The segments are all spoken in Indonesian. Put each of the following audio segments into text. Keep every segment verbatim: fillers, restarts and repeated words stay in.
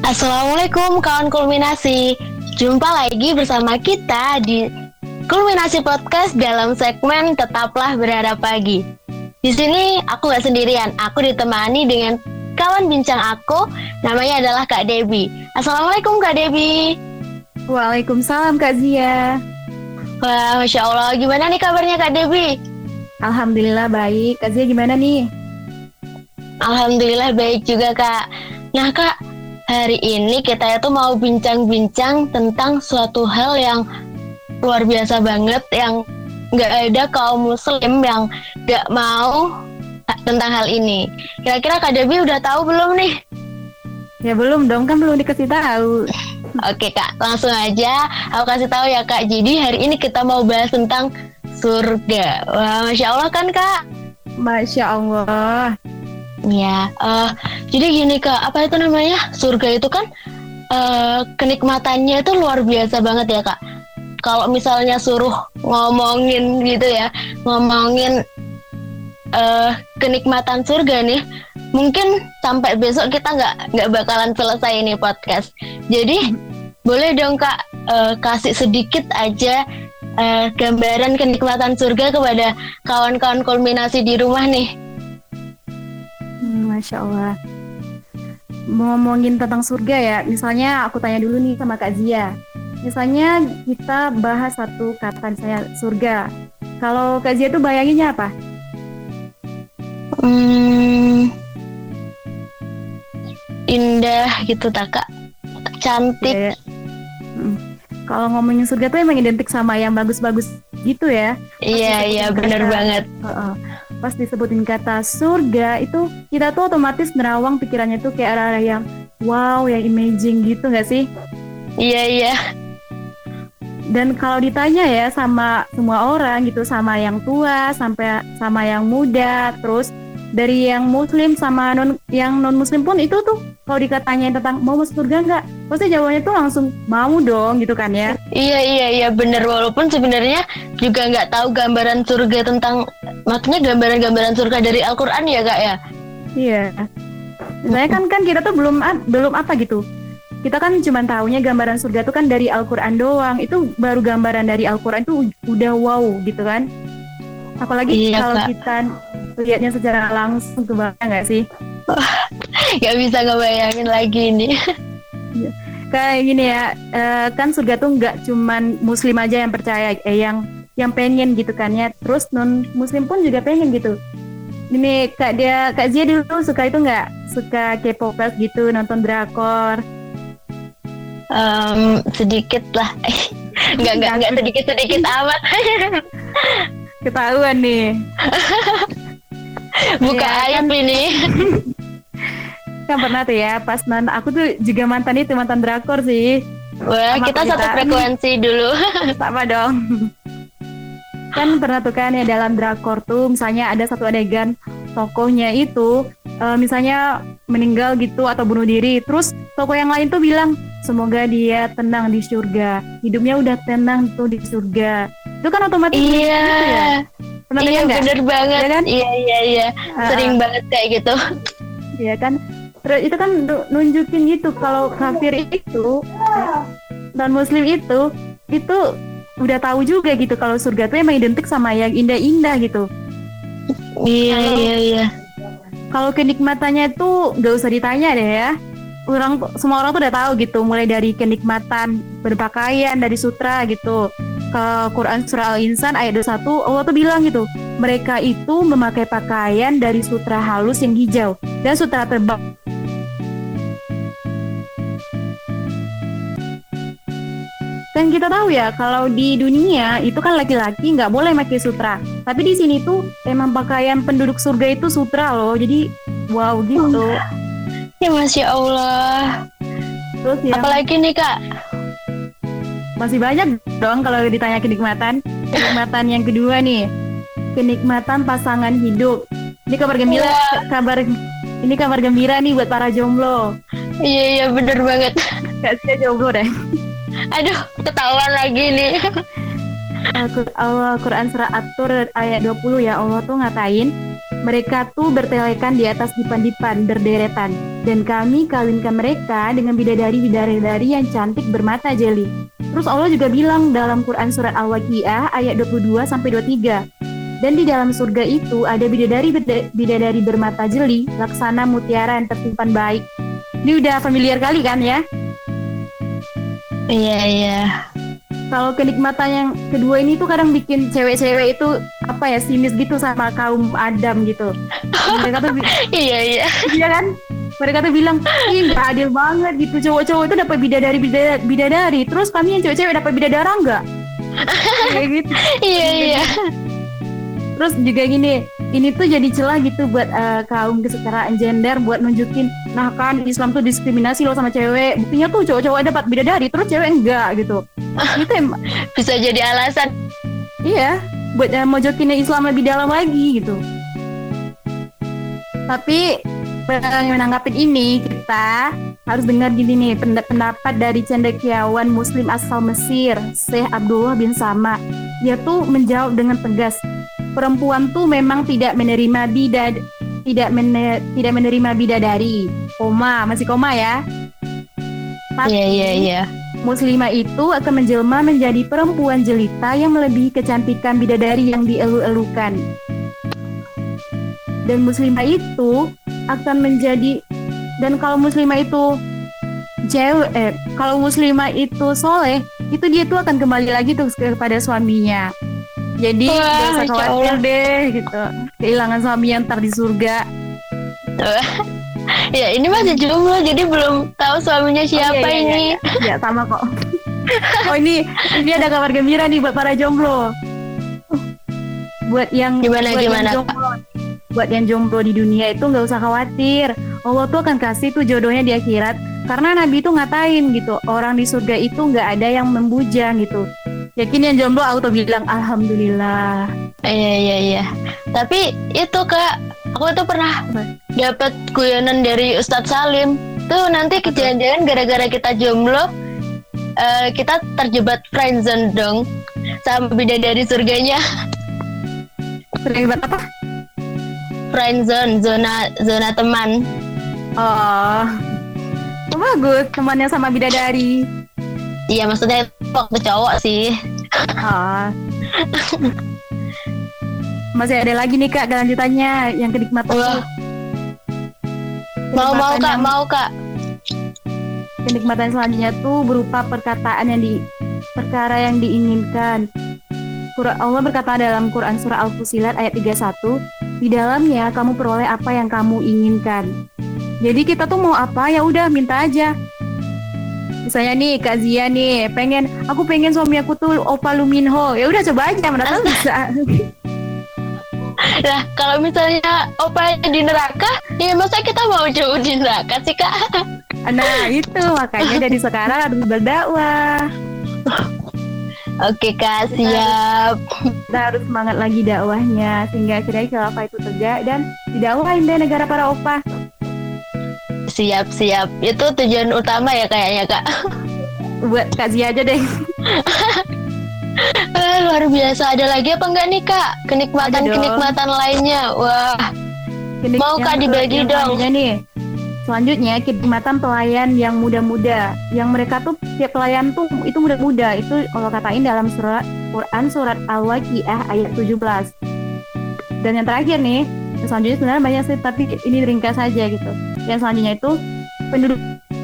Assalamualaikum kawan kulminasi. Jumpa lagi bersama kita di Kulminasi Podcast dalam segmen Tetaplah Berharap Pagi. Di sini aku gak sendirian, aku ditemani dengan kawan bincang aku, namanya adalah Kak Debbie. Assalamualaikum Kak Debbie. Waalaikumsalam Kak Zia. Wah, Masya Allah, gimana nih kabarnya Kak Debbie? Alhamdulillah baik. Kak Zia gimana nih? Alhamdulillah baik juga Kak. Nah Kak, hari ini kita itu mau bincang-bincang tentang suatu hal yang luar biasa banget, yang gak ada kaum muslim yang gak mau tentang hal ini. Kira-kira Kak Debbie udah tahu belum nih? Ya belum dong, kan belum dikasih tahu. Oke Kak, langsung aja aku kasih tahu ya Kak. Jadi hari ini kita mau bahas tentang surga. Wah, Masya Allah kan Kak? Masya Allah. Ya, uh, jadi gini Kak, apa itu namanya? Surga itu kan uh, kenikmatannya itu luar biasa banget ya Kak. Kalau misalnya suruh ngomongin gitu ya, ngomongin uh, kenikmatan surga nih, mungkin sampai besok kita nggak nggak bakalan selesai ini podcast. Jadi boleh dong Kak uh, kasih sedikit aja uh, gambaran kenikmatan surga kepada kawan-kawan kulminasi di rumah nih. Hmm, Masya Allah. Ngomongin tentang surga ya, misalnya aku tanya dulu nih sama Kak Zia. Misalnya kita bahas satu kata misalnya surga. Kalau Kak Zia tuh bayanginnya apa? Hmm, indah gitu tak Kak, cantik. Ya, ya. Hmm. Kalau ngomongin surga tuh emang identik sama yang bagus-bagus gitu ya. Iya iya benar banget. Uh-uh. Pas disebutin kata surga itu kita tuh otomatis nerawang pikirannya tuh kayak arah-arah yang wow, yang amazing gitu nggak sih? Iya iya. Dan kalau ditanya ya sama semua orang gitu, sama yang tua sampai sama yang muda, terus dari yang muslim sama non yang non muslim pun itu tuh kalau dikatanyain tentang mau masuk surga nggak, pasti jawabannya tuh langsung mau dong gitu kan ya? Iya iya iya benar, walaupun sebenarnya juga nggak tahu gambaran surga tentang, maksudnya gambaran-gambaran surga dari Al-Quran ya Kak ya? Iya. Misalnya kan kan kita tuh belum belum apa gitu. Kita kan cuma taunya gambaran surga itu kan dari Al-Quran doang. Itu baru gambaran dari Al-Quran itu udah wow gitu kan. Apalagi iya, kalau Kak, kita lihatnya secara langsung tuh bang, nggak sih? Gak bisa ngebayangin lagi ini. Kayak gini ya, kan surga tuh nggak cuman muslim aja yang percaya, eh yang yang pengen gitu kan ya. Terus non muslim pun juga pengen gitu. Ini Kak dia Kak Zia dulu suka itu nggak? Suka K-popers gitu, nonton drakor? Um, sedikit lah. nggak nggak nggak sedikit sedikit amat. Ketahuan nih. Buka ya, aib kan, ini. Kan pernah tuh ya pas non aku tuh juga mantan itu mantan drakor sih. Wah, kita satu frekuensi dulu. Sama dong. Kan pernah tuh kan ya dalam drakor tuh misalnya ada satu adegan tokohnya itu uh, misalnya meninggal gitu atau bunuh diri, terus tokoh yang lain tuh bilang semoga dia tenang di surga, hidupnya udah tenang tuh di surga. Itu kan otomatis iya gitu ya. Pernah iya bener banget ya kan? iya iya iya uh, sering banget kayak gitu. Iya kan, terus itu kan nunjukin gitu kalau kafir itu dan muslim itu itu udah tahu juga gitu kalau surga tuh emang identik sama yang indah-indah gitu. Iya kalo, iya iya. Kalau kenikmatannya tuh nggak usah ditanya deh ya. Orang semua orang tuh udah tahu gitu, mulai dari kenikmatan berpakaian dari sutra gitu. Ke Quran surah Al-Insan ayat dua puluh satu Allah tuh bilang gitu, mereka itu memakai pakaian dari sutra halus yang hijau dan sutra tebal. Kan kita tahu ya kalau di dunia itu kan laki-laki nggak boleh pakai sutra, tapi di sini tuh emang pakaian penduduk surga itu sutra loh, jadi wow gitu. Ya Masya Allah. Terus ya, apalagi nih Kak? Masih banyak dong kalau ditanya kenikmatan. Kenikmatan yang kedua nih, kenikmatan pasangan hidup. Ini kabar gembira, wow. kabar ini kabar gembira nih buat para jomblo. Iya iya bener banget. Gak sih jomblo deh. Aduh, ketahuan lagi nih. Al-Quran surah At-Tur ayat dua puluh ya, Allah tuh ngatain Mereka tuh bertelekan di atas dipan-dipan berderetan, dan kami kawinkan mereka dengan bidadari-bidadari yang cantik bermata jeli. Terus Allah juga bilang dalam Quran surat Al-Waqiah ayat dua puluh dua sampai dua puluh tiga. Dan di dalam surga itu ada bidadari-bidadari bermata jeli, laksana mutiara yang tersimpan baik. Ini udah familiar kali kan ya? Iya, iya. Kalau kenikmatan yang kedua ini tuh kadang bikin cewek-cewek itu apa ya, sinis gitu sama kaum Adam gitu. Mereka tuh Iya, iya. iya kan? Mereka tuh bilang, ih gak adil banget gitu. Cowok-cowok itu dapat bidadari bidadari, bidadari. Terus kami yang cewek-cewek dapat bidadara enggak? Kayak gitu. Iya, iya. Terus juga gini, ini tuh jadi celah gitu buat uh, kaum kesetaraan gender, buat nunjukin, nah kan Islam tuh diskriminasi loh sama cewek. Buktinya tuh cowok-cowok dapat bidadari, terus cewek enggak gitu. Itu emang bisa jadi alasan. Iya, buat uh, mojokinnya Islam lebih dalam lagi gitu. Tapi menanggapin ini, kita harus dengar gini nih, pendapat dari cendekiawan Muslim asal Mesir, Syekh Abdullah bin Sama. Dia tuh menjawab dengan tegas, perempuan tuh memang tidak menerima bidad, tidak mener, tidak menerima bidadari, koma, masih koma ya. Tapi Iya, iya, iya. Muslimah itu akan menjelma menjadi perempuan jelita yang melebihi kecantikan bidadari yang dielu-elukan. Dan muslimah itu akan menjadi, dan kalau muslimah itu cewek, eh, kalau muslimah itu soleh, itu dia tuh akan kembali lagi tuh kepada suaminya. Jadi Wah, gak usah Masya khawatir Allah. deh gitu, kehilangan suami yang ntar di surga. Ya ini masih jomblo jadi belum tahu suaminya siapa Oh, iya, iya, ini. iya, iya. Ya sama kok. Oh ini ini ada kabar gembira nih buat para jomblo. Buat yang Gimana, buat gimana, yang jomblo, buat yang jomblo di dunia itu nggak usah khawatir. Allah tuh akan kasih tuh jodohnya di akhirat. Karena Nabi itu ngatain gitu, orang di surga itu nggak ada yang membujang gitu. Yakin yang jomblo auto bilang alhamdulillah. Iya, iya, iya. Tapi itu Kak, aku tuh pernah dapat guyonan dari Ustadz Salim. Tuh nanti kejadian gara-gara kita jomblo, eh, kita terjebak friendzone dong sama bidadari surganya. Terlibat apa? Friendzone, zona zona teman. Oh, oh bagus temannya sama bidadari. Iya, maksudnya itu waktu cowok sih. Oh. Masih ada lagi nih Kak kelanjutannya yang kenikmatan. Wah. Mau mau Kenikmatan Kak, yang- mau Kak. Kenikmatan selanjutnya tuh berupa perkataan yang di perkara yang diinginkan. Qur'an- Allah berkata dalam Quran surah Al-Fusilat ayat tiga puluh satu, di dalamnya kamu peroleh apa yang kamu inginkan. Jadi kita tuh mau apa ya udah minta aja. Misalnya nih Kak Zia nih pengen, aku pengen suami aku tuh Opa Luminho. Ya udah coba aja, mana tahu bisa. Nah, kalau misalnya opanya di neraka, ya masa kita mau jauh di neraka sih Kak? Nah itu makanya dari sekarang harus berdakwah. Oke Kak, siap. Kita harus semangat lagi dakwahnya sehingga akhirnya khilafah itu tegak dan didakwahin deh negara para opa. Siap, siap. Itu tujuan utama ya kayaknya Kak. Buat Kak Zia aja deh. Eh, luar biasa. Ada lagi apa enggak nih Kak? Kenikmatan-kenikmatan lainnya. Wah, Kenik- Mau, Kak, yang- dibagi yang dong. Selanjutnya nih. Selanjutnya kenikmatan pelayan yang muda-muda. Yang mereka tuh tiap pelayan tuh itu muda-muda. Itu Allah katain dalam surat Quran surat Al-Waqiah ayat tujuh belas. Dan yang terakhir nih, yang selanjutnya sebenarnya banyak sih tapi ini ringkas saja gitu. Yang selanjutnya itu penduduk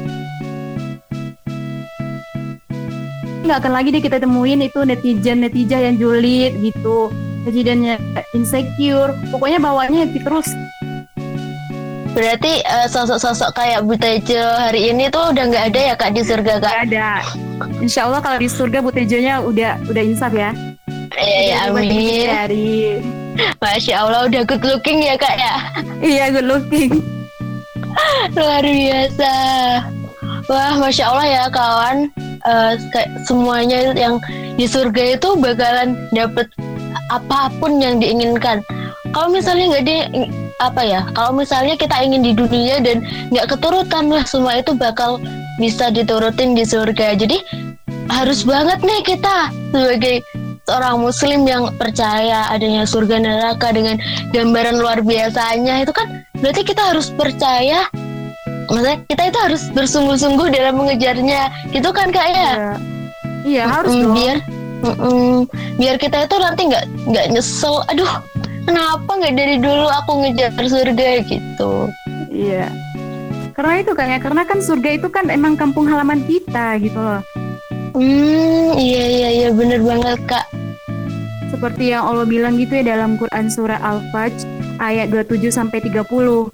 nggak akan lagi deh kita temuin itu netizen-netizen yang julid gitu, netizennya insecure, pokoknya bawaannya happy terus. berarti eh, sosok-sosok kayak Butejo hari ini tuh udah nggak ada ya Kak di surga Kak? Gak ada. Insya Allah kalau di surga Butejonya udah udah insaf ya. Iya, ya, Udah buat amin. dari Masya Allah udah good looking ya Kak ya. iya good looking. Luar biasa. Wah, Masya Allah ya kawan. Eh, kayak semuanya yang di surga itu bakalan dapet apapun yang diinginkan. Kalau misalnya nggak di apa ya? Kalau misalnya kita ingin di dunia dan nggak keturutan, lah semua itu bakal bisa diturutin di surga. Jadi harus banget nih kita sebagai seorang muslim yang percaya adanya surga neraka dengan gambaran luar biasanya, itu kan berarti kita harus percaya, maksudnya kita itu harus bersungguh-sungguh dalam mengejarnya gitu kan Kak ya. Iya, iya harus Mm, dong. biar mm, biar kita itu nanti nggak nggak nyesel, aduh kenapa nggak dari dulu aku ngejar surga gitu. Iya. Karena itu kayaknya, karena kan surga itu kan emang kampung halaman kita gitu loh. Hmm, iya iya iya bener banget Kak. Seperti yang Allah bilang gitu ya dalam Quran surah Al-Fajr ayat dua puluh tujuh sampai tiga puluh.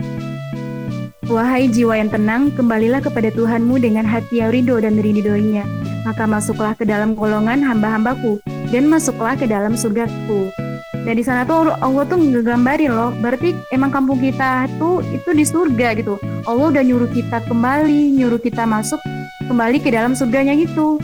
Wahai jiwa yang tenang, kembalilah kepada Tuhanmu dengan hati yang ridho dan ridhoinya. Maka masuklah ke dalam golongan hamba-hambaku dan masuklah ke dalam surgaku. Dan di sana tuh Allah tuh ngegambarin loh, berarti emang kampung kita tuh itu di surga gitu. Allah udah nyuruh kita kembali, nyuruh kita masuk kembali ke dalam surganya gitu.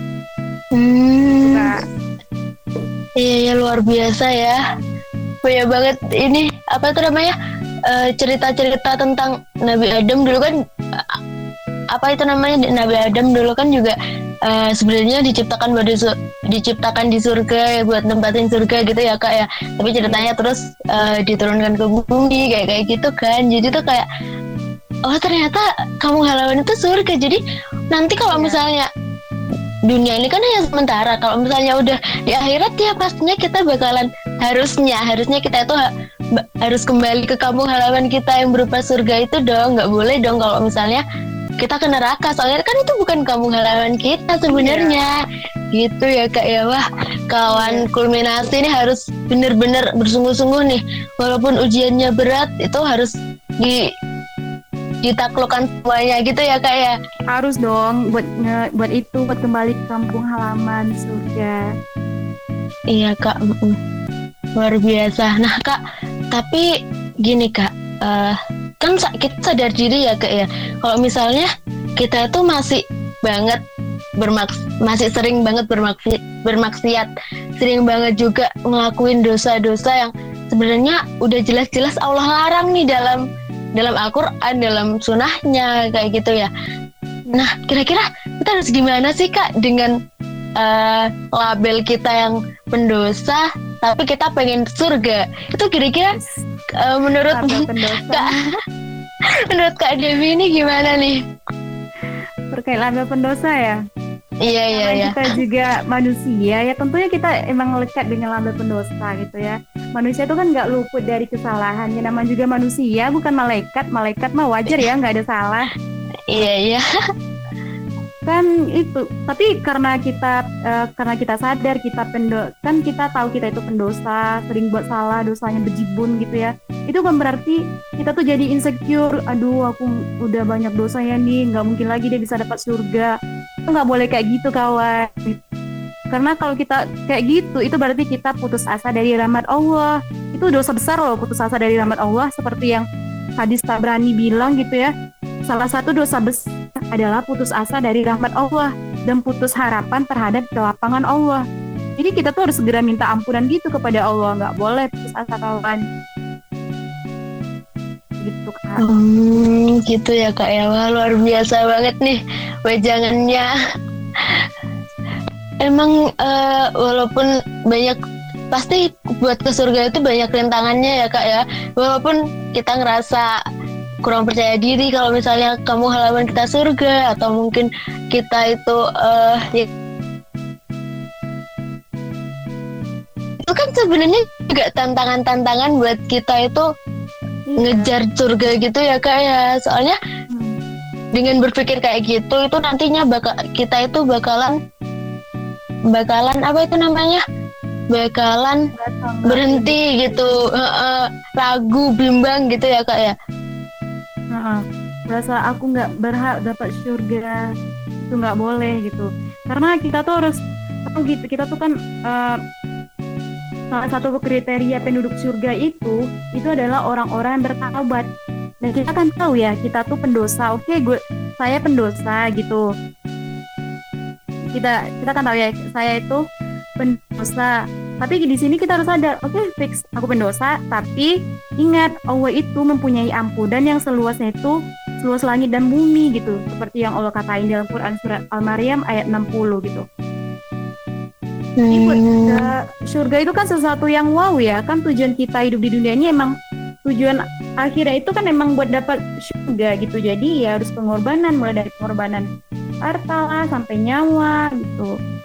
Hmm, Nah, iya ya luar biasa ya. Banyak banget ini apa itu namanya eh, cerita-cerita tentang Nabi Adam dulu kan, eh, apa itu namanya Nabi Adam dulu kan juga eh, sebenarnya diciptakan buat di su- diciptakan di surga ya, buat nempatin surga gitu ya Kak ya. Tapi ceritanya terus eh, diturunkan ke bumi kayak kayak gitu kan. Jadi tuh kayak oh ternyata kampung halaman itu surga. Jadi nanti kalau Iya. misalnya dunia ini kan hanya sementara, kalau misalnya udah di akhirat ya pastinya kita bakalan harusnya harusnya kita itu ha- ba- harus kembali ke kampung halaman kita yang berupa surga itu dong. Nggak boleh dong kalau misalnya kita ke neraka, soalnya kan itu bukan kampung halaman kita sebenarnya. Gitu ya Kak ya. Wah kawan, kulminasi ini harus bener-bener bersungguh-sungguh nih, walaupun ujiannya berat itu harus di ditaklukkan semuanya gitu ya Kak ya. Harus dong buat nge- buat itu, buat kembali ke kampung halaman surga. Iya Kak, mm-mm. Luar biasa. Nah Kak, tapi gini Kak, eh, kan sa- kita sadar diri ya Kak ya, kalau misalnya kita itu masih banget bermaks masih sering banget bermaksi bermaksiat, sering banget juga ngelakuin dosa-dosa yang sebenarnya udah jelas-jelas Allah larang nih dalam dalam Al-Quran, dalam sunnahnya kayak gitu ya. Nah kira-kira kita harus gimana sih Kak dengan eh, label kita yang pendosa tapi kita pengen surga? Itu kira-kira eh, menurut Label pendosa. Kak menurut Kak Devi ini gimana nih? Terkait label pendosa ya. Iya iya Karena iya. kita juga manusia ya, tentunya kita emang lekat dengan label pendosa gitu ya. Manusia itu kan nggak luput dari kesalahan. Ya namanya juga manusia, bukan malaikat. Malaikat mah wajar ya, nggak ada salah. Iya iya. Kan itu. Tapi karena kita eh, karena kita sadar kita pendo kan kita tahu kita itu pendosa, sering buat salah, dosanya bejibun gitu ya. Itu kan berarti kita tuh jadi insecure. Aduh, aku udah banyak dosa ya nih, nggak mungkin lagi dia bisa dapat surga. Itu nggak boleh kayak gitu kawan. Karena kalau kita kayak gitu, itu berarti kita putus asa dari rahmat Allah. Itu dosa besar loh, putus asa dari rahmat Allah. Seperti yang hadis Tabrani bilang gitu ya. Salah satu dosa besar adalah putus asa dari rahmat Allah dan putus harapan terhadap kelapangan Allah. Jadi kita tuh harus segera minta ampunan gitu kepada Allah. Nggak boleh putus asa kawan. Gitu kan. Hmm, gitu ya Kak ya. Wah, luar biasa banget nih wejangannya. Emang eh, walaupun banyak, pasti buat ke surga itu banyak rintangannya ya Kak ya. Walaupun kita ngerasa kurang percaya diri kalau misalnya kamu halaman kita surga, atau mungkin kita itu eh, ya, itu kan sebenarnya juga tantangan-tantangan buat kita itu ngejar surga gitu ya Kak ya. Soalnya Hmm. dengan berpikir kayak gitu itu nantinya bakal kita itu bakalan bakalan apa itu namanya bakalan berhenti gitu, eh, eh, ragu, bimbang gitu ya Kak ya. Heeh. Merasa aku nggak berhak dapat surga, itu nggak boleh gitu. Karena kita tuh harus tahu gitu, kita tuh kan eh, salah satu kriteria penduduk surga itu itu adalah orang-orang yang bertaubat. Dan kita kan tahu ya, kita tuh pendosa. Oke, gue saya pendosa gitu. Kita kita kan tahu ya, saya itu pendosa. Tapi di sini kita harus sadar, oke fix aku pendosa, tapi ingat Allah itu mempunyai ampunan yang seluasnya itu seluas langit dan bumi gitu. Seperti yang Allah katain dalam Quran surat Al-Maryam ayat enam puluh gitu. Jadi buat Hmm. uh, surga itu kan sesuatu yang wow ya, kan tujuan kita hidup di dunia ini emang tujuan akhirnya itu kan emang buat dapat surga gitu. Jadi ya harus pengorbanan, mulai dari pengorbanan harta lah sampai nyawa gitu.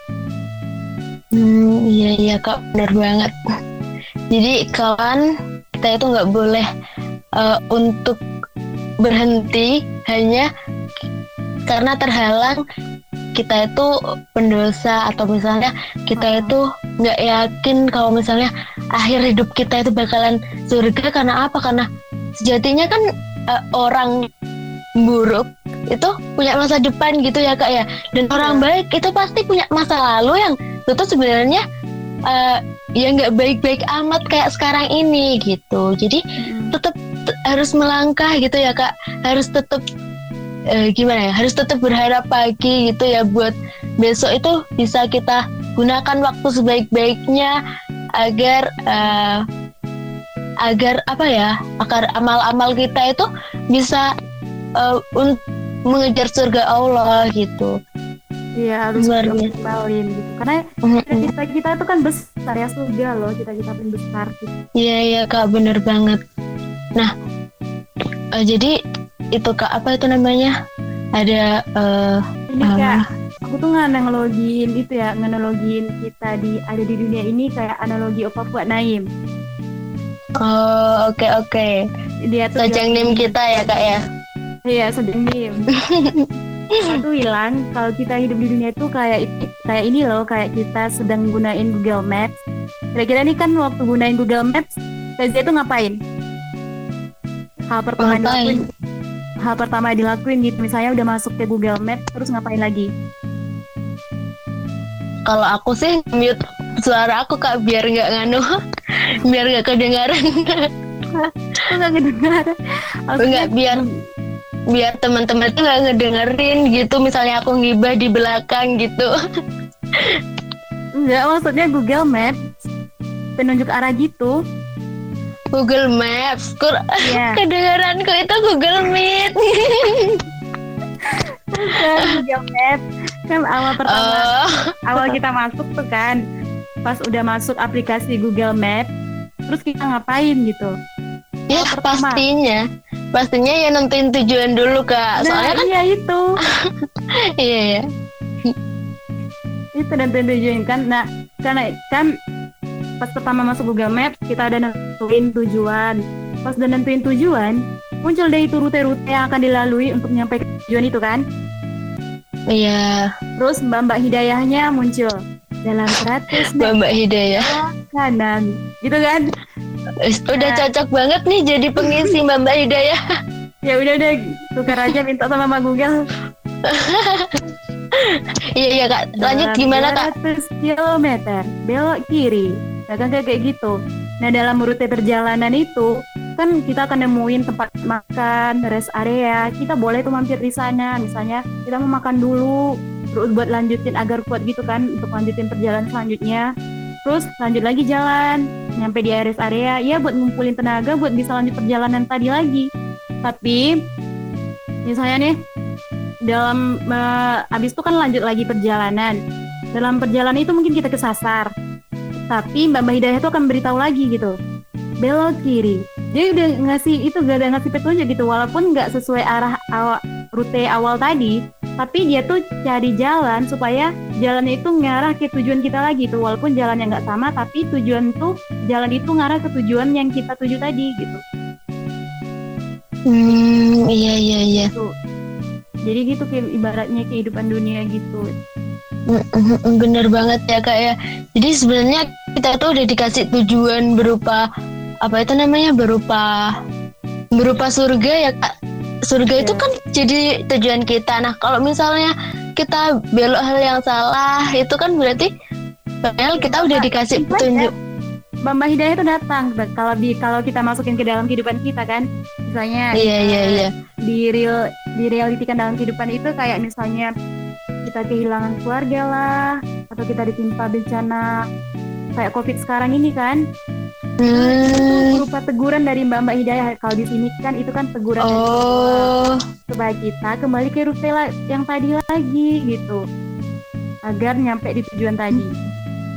Hmm, iya iya Kak, benar banget. Jadi kawan, kita itu nggak boleh uh, untuk berhenti hanya karena terhalang kita itu pendosa, atau misalnya kita itu nggak yakin kalau misalnya akhir hidup kita itu bakalan surga. Karena apa? Karena sejatinya kan uh, orang buruk itu punya masa depan gitu ya Kak ya, dan orang baik itu pasti punya masa lalu yang itu sebenarnya uh, ya nggak baik-baik amat kayak sekarang ini gitu. Jadi Mm-mm. tetap t- harus melangkah gitu ya Kak, harus tetap uh, gimana ya, harus tetap berharap pagi gitu ya, buat besok itu bisa kita gunakan waktu sebaik-baiknya agar uh, agar apa ya, agar amal-amal kita itu bisa uh, untuk mengejar surga Allah gitu. Iya harus Luar biasa. dioptimalin gitu. Karena Mm-mm. cita-cita kita itu kan besar ya, surga loh, cita-cita paling besar gitu. Iya iya Kak, bener banget. Nah, uh, jadi itu Kak, apa itu namanya? Ada uh, Ini uh, kayak aku tuh nganalogin itu ya, nganalogin kita di ada di dunia ini kayak analogi Opa Fuad Naim. oh oke oke. Dia tuh Sajang nim bilang, kita ya Kak ya. iya Sajang Nim. Dia tuh bilang kalau kita hidup di dunia itu kayak kayak ini loh, kayak kita sedang gunain Google Maps. Kira-kira nih kan waktu gunain Google Maps, Tazia tuh ngapain? Hal pertama yang Ngapain? dilakuin, hal pertama yang dilakuin gitu, misalnya udah masuk ke Google Maps, terus ngapain lagi? Kalau aku sih mute suara aku Kak, biar nggak nganu, biar nggak kedengaran. Tuh nggak ngedengar. Nggak, biar biar teman-teman tuh nggak ngedengerin gitu. Misalnya aku ngibah di belakang gitu. Enggak, maksudnya Google Maps penunjuk arah gitu. Google Maps, kur Iya. kedengaranku itu Google Meet. Bukan Google Maps. Kan awal pertama, Oh, awal kita masuk tuh kan, pas udah masuk aplikasi Google Maps, terus kita ngapain gitu? ya Awal pertama. pastinya, pastinya ya nentuin tujuan dulu Kak. Nah, Soalnya kan, iya itu, iya ya. itu dan tujuan kan. Nah, karena kan pas pertama masuk Google Maps kita udah nentuin tujuan. Pas udah nentuin tujuan, muncul deh itu rute-rute yang akan dilalui untuk nyampe ke tujuan itu kan. Iya, Terus Mbak-mbak hidayahnya muncul dalam seratus Mbak meter Mbak Hidayah. kanan, gitu kan? Udah Nah. cocok banget nih jadi pengisi Mbak Mbak Hidayah. Ya udah deh, tukar aja minta sama Mbak Google. Iya iya Kak, lanjut Dalam gimana Kak? dua ratus kilometer belok kiri. Nah kan kayak kayak gitu. Nah dalam rute perjalanan itu kan kita akan nemuin tempat makan, rest area. Kita boleh tuh mampir di sana. Misalnya kita mau makan dulu, terus buat lanjutin agar kuat gitu kan untuk lanjutin perjalanan selanjutnya. Terus lanjut lagi jalan, nyampe di rest area, ya buat ngumpulin tenaga buat bisa lanjut perjalanan tadi lagi. Tapi misalnya nih dalam uh, abis itu kan lanjut lagi perjalanan. Dalam perjalanan itu mungkin kita kesasar, tapi Mbak Mbak Hidayah itu akan beritahu lagi gitu, belok kiri. Jadi udah ngasih itu, gak ada ngasih petunjuk gitu, walaupun nggak sesuai arah awal, rute awal tadi, tapi dia tuh cari jalan supaya jalannya itu ngarah ke tujuan kita lagi tuh, walaupun jalannya nggak sama, tapi tujuan tuh jalan itu ngarah ke tujuan yang kita tuju tadi gitu. Hmm, iya iya iya. Tuh. Jadi gitu kayak ibaratnya kehidupan dunia gitu. Mm-mm, bener banget ya Kak ya. Jadi sebenarnya kita tuh udah dikasih tujuan berupa apa itu namanya, berupa berupa surga ya Kak. Surga itu Ya. kan jadi tujuan kita. Nah kalau misalnya kita belok hal yang salah, itu kan berarti padahal kita udah dikasih Bapak, petunjuk. Mbak Mbak Hidayah itu datang kalau di kalau kita masukin ke dalam kehidupan kita kan, misalnya Iya iya iya. di real direalitikan dalam kehidupan itu kayak misalnya kita kehilangan keluarga lah, atau kita ditimpa bencana kayak COVID sekarang ini kan. Itu Hmm. berupa teguran dari Mbak Mbak Hidayah. Kalau di sini kan itu kan teguran dari Allah, Oh. supaya kita kembali ke rute la- yang tadi lagi gitu, agar nyampe di tujuan tadi.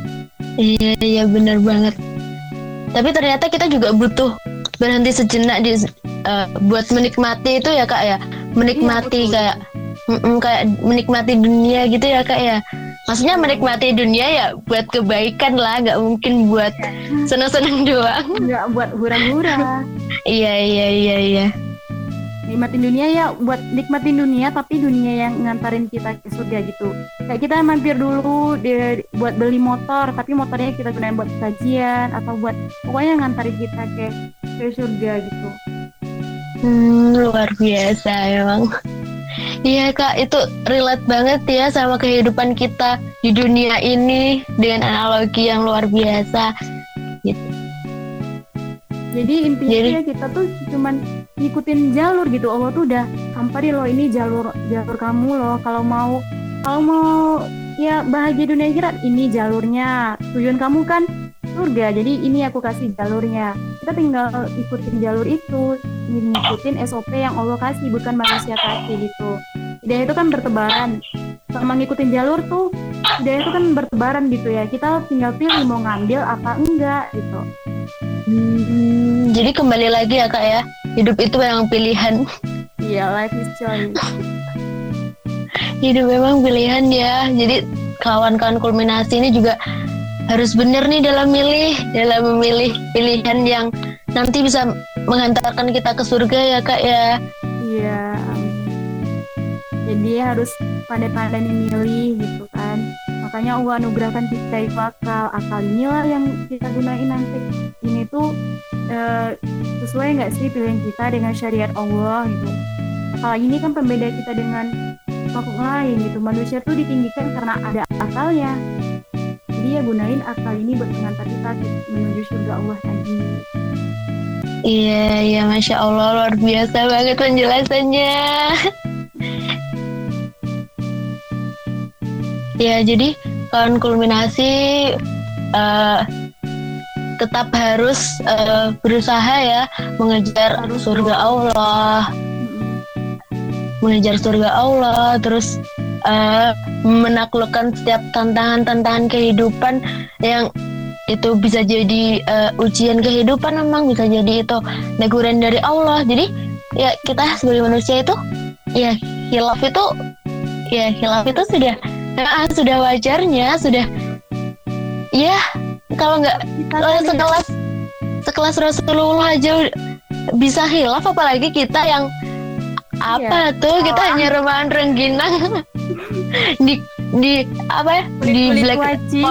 Iya, iya benar banget. Tapi ternyata kita juga butuh berhenti sejenak di uh, buat menikmati itu ya Kak ya. Menikmati Iya, kayak mm-mm, kayak menikmati dunia gitu ya Kak ya. Maksudnya iya, menikmati dunia ya buat kebaikan lah, nggak mungkin buat senang-senang doang. nggak buat hura-hura. Iya, iya, iya, iya. Nikmatin dunia ya, buat nikmatin dunia tapi dunia yang ngantarin kita ke surga gitu. Kayak kita mampir dulu di, buat beli motor, tapi motornya kita gunain buat kajian atau buat pokoknya ngantarin kita ke ke surga gitu. Hmm, luar biasa emang. Iya Kak, itu relate banget ya sama kehidupan kita di dunia ini dengan analogi yang luar biasa gitu. Jadi intinya Jadi, ya kita tuh cuman ngikutin jalur gitu. Allah tuh udah sampai loh, ini jalur jalur kamu loh. Kalau mau kalau mau ya bahagia dunia akhirat, ini jalurnya. Tujuan kamu kan surga. Jadi ini aku kasih jalurnya. Kita tinggal ikutin jalur itu, ngikutin S O P yang Allah kasih, bukan manusia kasih gitu. Hidayah itu kan bertebaran. Sama ngikutin jalur tuh, hidayah itu kan bertebaran gitu ya. Kita tinggal pilih mau ngambil apa enggak gitu. hmm, jadi kembali lagi ya Kak ya, hidup itu memang pilihan. Iya, life is choice. Hidup memang pilihan ya. Jadi kawan-kawan kulminasi ini juga harus benar nih dalam milih, dalam memilih pilihan yang nanti bisa menghantarkan kita ke surga ya Kak ya. Iya. Jadi harus pandai-pandai memilih gitu kan. Makanya Allah anugerahkan kita itu akal. Akal inilah yang kita gunain nanti. Ini tuh eh, sesuai nggak sih pilihan kita dengan syariat Allah gitu. Akal ini kan pembeda kita dengan makhluk lain gitu. Manusia tuh ditinggikan karena ada akalnya. Jadi ya gunain akal ini buat mengantar kita menuju surga Allah tadi. Iya, iya Masya Allah, luar biasa banget penjelasannya. Ya, jadi kawan kulminasi uh, tetap harus uh, berusaha ya mengejar Harus surga doa. Allah, Mm-mm. mengejar surga Allah, terus uh, menaklukkan setiap tantangan-tantangan kehidupan yang itu bisa jadi uh, ujian kehidupan, memang bisa jadi itu teguran dari Allah. Jadi ya kita sebagai manusia itu ya khilaf itu ya khilaf itu sudah Nah, sudah wajarnya, sudah ya kalau nggak kalau sekelas sekelas Rasulullah aja bisa hilaf, apalagi kita yang apa Iya. tuh Oh. kita hanya remahan rengginang di di apa ya di Kulit-kulit black kuaci.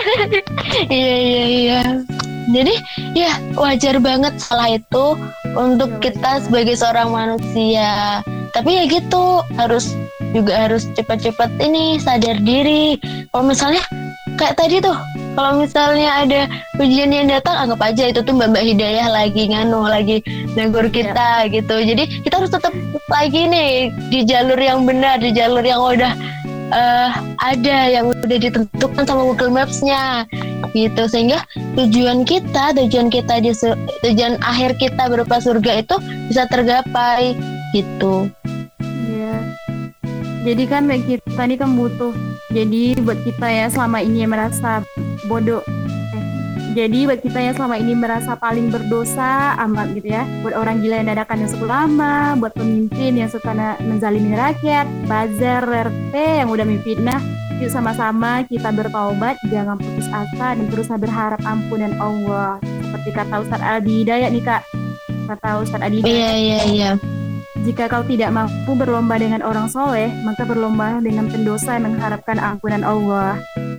iya iya iya jadi ya wajar banget salah itu untuk Ya, kita wajar. sebagai seorang manusia, tapi ya gitu harus juga harus cepat-cepat ini sadar diri. Kalau misalnya kayak tadi tuh, kalau misalnya ada ujian yang datang, anggap aja itu tuh Mbak Hidayah lagi nganu, lagi negur kita ya. Gitu. Jadi kita harus tetap lagi nih di jalur yang benar, di jalur yang udah uh, ada, yang udah ditentukan sama Google Maps-nya. Gitu, sehingga tujuan kita, tujuan kita di tujuan akhir kita berupa surga itu bisa tergapai. Gitu. Iya. Jadi kan kita ini kan butuh. Jadi buat kita ya selama ini merasa bodoh. Eh, jadi buat kita yang selama ini merasa paling berdosa amat gitu ya. Buat orang gila yang dadakan yang suka lama, buat pemimpin yang suka menzalimi rakyat, bazar R T yang udah memfitnah. Yuk sama-sama kita bertaubat, jangan putus asa dan terus berharap ampunan Allah. Seperti kata Ustadz Aldi Hidayat nih Kak. Kata Ustadz Aldi Hidayat. Iya iya iya. Jika kau tidak mampu berlomba dengan orang soleh, maka berlomba dengan pendosa yang mengharapkan ampunan Allah.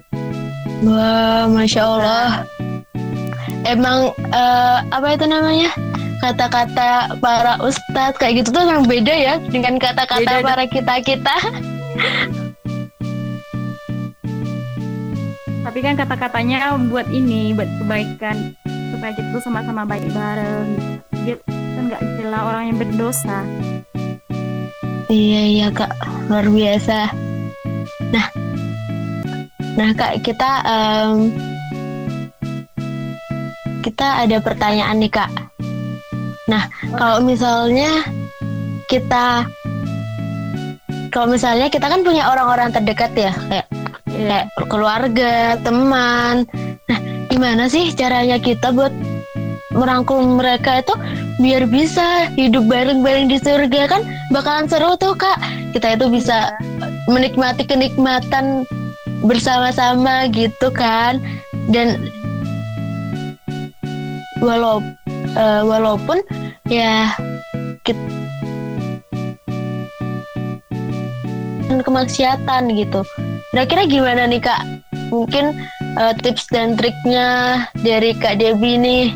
Wah, Masya Allah. Emang uh, apa itu namanya? Kata-kata para ustadz kayak gitu tuh emang beda ya dengan kata-kata Beda. para kita-kita. Tapi kan kata-katanya buat ini, buat kebaikan, supaya kita tuh sama-sama baik bareng. Dia kan nggak jelas orang yang berdosa. Iya iya Kak, luar biasa. Nah, nah Kak, kita um, kita ada pertanyaan nih Kak. Nah, kalau misalnya kita, kalau misalnya kita kan punya orang-orang terdekat ya, kayak, kayak keluarga, teman. Nah, gimana sih caranya kita buat merangkul mereka itu biar bisa hidup bareng-bareng di surga, kan bakalan seru tuh Kak. Kita itu bisa menikmati kenikmatan bersama-sama gitu kan. Dan walau uh, walaupun ya kita kemaksiatan gitu. Kira-kira gimana nih Kak? Mungkin uh, tips dan triknya dari Kak Debbie nih.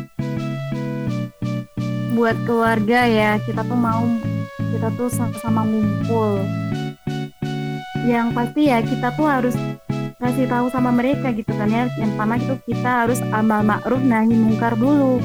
Buat keluarga ya, kita tuh mau kita tuh sama-sama ngumpul. Yang pasti ya kita tuh harus kasih tahu sama mereka gitu kan ya. Yang pertama itu kita harus amal ma'ruf nahi mungkar dulu.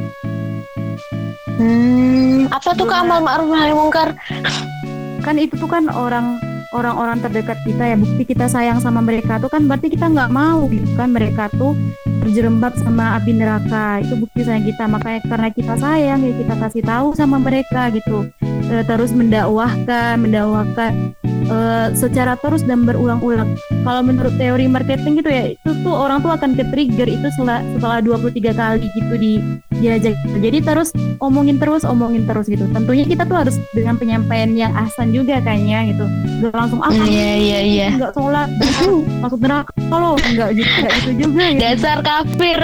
Hmm, apa tuh Kak amal ma'ruf nahi mungkar? Kan itu tuh kan orang orang-orang terdekat kita ya, bukti kita sayang sama mereka tuh kan berarti kita nggak mau gitu kan mereka tuh terjerembab sama api neraka. Itu bukti sayang kita, makanya karena kita sayang ya kita kasih tahu sama mereka gitu. E, terus mendakwahkan mendakwahkan e, secara terus dan berulang-ulang. Kalau menurut teori marketing gitu ya, itu tuh orang tuh akan ke-trigger itu setelah setelah dua puluh tiga kali gitu di diajak. Jadi terus omongin terus omongin terus gitu. Tentunya kita tuh harus dengan penyampaian yang ahsan juga kayaknya gitu. Gak langsung ah iya iya iya nggak sholat masuk neraka kalau nggak gitu nggak gitu juga ya. Dasar kafir.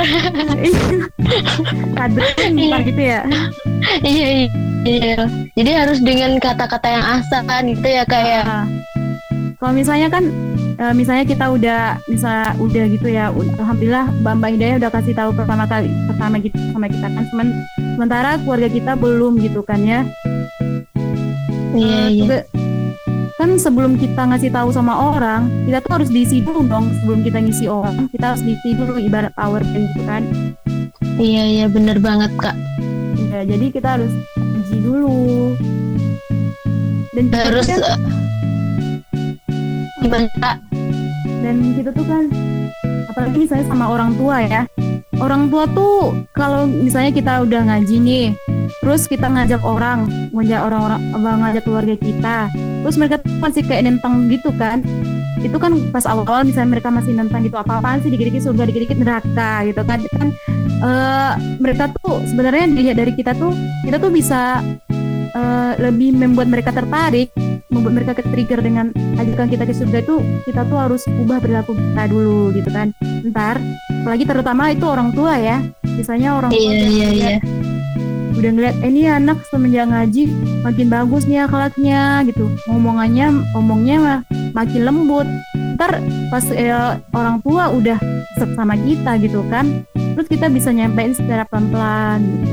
Kadang gitu ya. Iya iya. Jadi harus dengan kata-kata yang ahsan gitu ya kayak. Nah, kalau misalnya kan e, misalnya kita udah bisa udah gitu ya, alhamdulillah Mbak Mbak Hidayah udah kasih tahu pertama kali pertama gitu sama kita kan, sementara keluarga kita belum gitu kan ya. Iya uh, iya. Juga, kan sebelum kita ngasih tahu sama orang, kita tuh harus diisi dulu dong. Sebelum kita ngisi orang, kita harus diisi dulu ibarat power bank gitu kan. Iya iya bener banget Kak. Ya, jadi kita harus uji dulu. Dan harus kan, uh, gimana Kak? Dan kita tuh kan apalagi misalnya sama orang tua ya. Orang tua tuh kalau misalnya kita udah ngaji nih, terus kita ngajak orang, ngajak orang-orang, ngajak keluarga kita, terus mereka tuh masih kayak nentang gitu kan. Itu kan pas awal-awal misalnya mereka masih nentang gitu, apa-apaan sih dikit-dikit surga, dikit-dikit neraka gitu kan. Kan uh, mereka tuh sebenarnya dilihat dari kita tuh, kita tuh bisa uh, lebih membuat mereka tertarik, membuat mereka ke-trigger dengan ajakan kita ke surga itu. Kita tuh harus ubah perilaku kita dulu gitu kan. Ntar, apalagi terutama itu orang tua ya. Misalnya orang tua iya iya iya. udah ngeliat eh, ini anak semenjak ngaji makin bagus nih akhlaknya gitu, ngomongannya omongnya mah makin lembut. Ntar pas eh, orang tua udah sama kita gitu kan, terus kita bisa nyampein secara pelan-pelan gitu.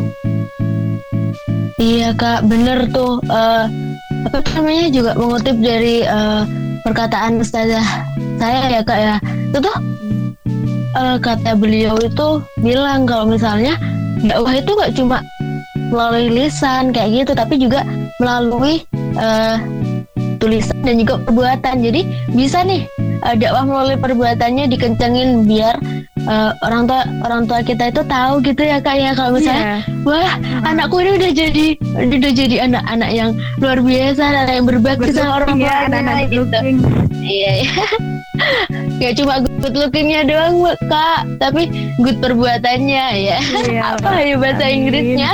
Iya Kak, bener tuh. Uh, apa namanya juga mengutip dari uh, perkataan ustazah saya ya Kak ya. Itu tuh uh, kata beliau itu bilang kalau misalnya dakwah itu gak cuma melalui lisan kayak gitu, tapi juga melalui uh, tulisan dan juga perbuatan. Jadi bisa nih uh, dakwah melalui perbuatannya dikencengin biar uh, orang tua orang tua kita itu tahu gitu ya Kak ya, kalau misalnya yeah. wah hmm. anakku ini udah jadi udah jadi anak-anak yang luar biasa, anak yang berbakti sama orang tuanya gitu. Iya ya. Gak cuma good lookingnya doang Kak, tapi good perbuatannya ya. Iya, apa ya bahasa amin. Inggrisnya.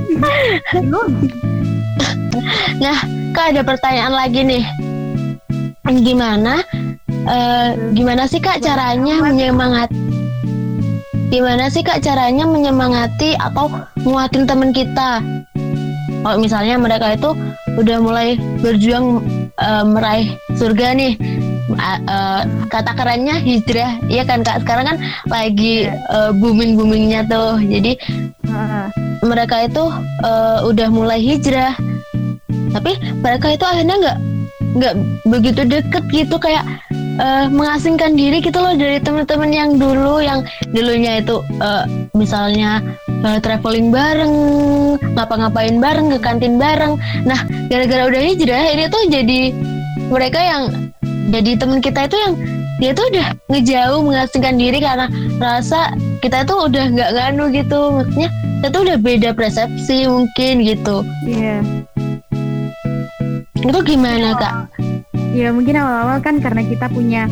Nah Kak, ada pertanyaan lagi nih. Gimana uh, gimana sih Kak caranya menyemangati Gimana sih Kak caranya menyemangati atau nguatin teman kita? Kalau misalnya mereka itu udah mulai berjuang uh, meraih surga nih, uh, uh, kata kerennya hijrah, iya kan Kak? Sekarang kan lagi uh, booming-boomingnya tuh. Jadi uh, mereka itu uh, udah mulai hijrah, tapi mereka itu akhirnya nggak nggak begitu deket gitu, kayak uh, mengasingkan diri gitu loh dari teman-teman yang dulu, yang dulunya itu uh, misalnya uh, traveling bareng, ngapa-ngapain bareng, ke kantin bareng. Nah, gara-gara udah hijrah ini tuh jadi mereka yang jadi teman kita itu yang dia tuh udah ngejauh, mengasingkan diri karena rasa kita tuh udah nggak nganu gitu. Maksudnya kita tuh udah beda persepsi mungkin gitu. Iya. Itu gimana Kak? Ya mungkin awal-awal kan karena kita punya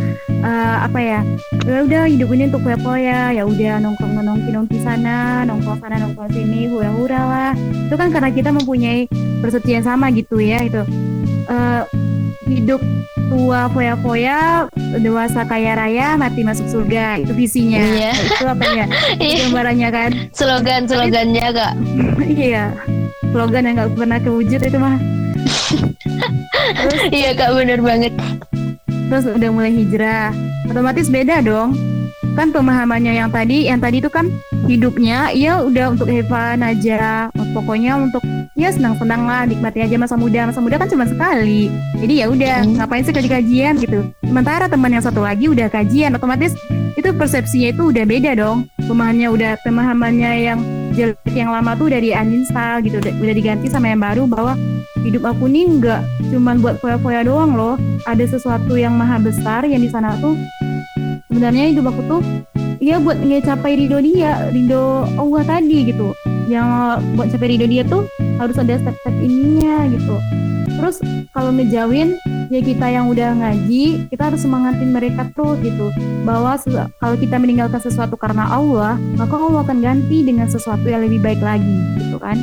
eh, apa ya, ya udah hidup ini untuk foya-foya, ya udah nongkrong nongki nongki sana, nongkrong sana nongkrong sini, hura-hura lah. Itu kan karena kita mempunyai persepsi yang sama gitu ya, itu Eh, hidup tua foya-foya, dewasa kaya raya, mati masuk surga, itu visinya. Iya. Nah, itu apa ya, itu Iya. gambarannya kan. Slogan-slogannya Kak. Iya, slogan yang nggak pernah kewujud itu mah. Terus Iya Kak, bener banget. terus udah mulai hijrah, otomatis beda dong. Kan pemahamannya yang tadi, yang tadi itu kan hidupnya ya udah untuk have fun aja, pokoknya untuk ya senang-senang lah, nikmati aja masa muda. Masa muda kan cuma sekali, jadi ya udah Hmm. ngapain sih kaji-kajian gitu. Sementara teman yang satu lagi udah kajian, otomatis itu persepsinya itu udah beda dong. Pemahamannya udah pemahamannya yang jelek yang lama tuh udah di uninstall gitu, udah, udah diganti sama yang baru, bahwa hidup aku nih nggak cuman buat foya-foya doang loh. Ada sesuatu yang maha besar yang di sana tuh sebenarnya hidup aku tuh ya buat ngecapai ridho dia, ridho Allah tadi gitu. Yang buat capai ridho dia tuh harus ada step-step ininya gitu. Terus kalau ngejauhin ya kita yang udah ngaji, kita harus semangatin mereka terus gitu, bahwa se- kalau kita meninggalkan sesuatu karena Allah, maka Allah akan ganti dengan sesuatu yang lebih baik lagi gitu kan.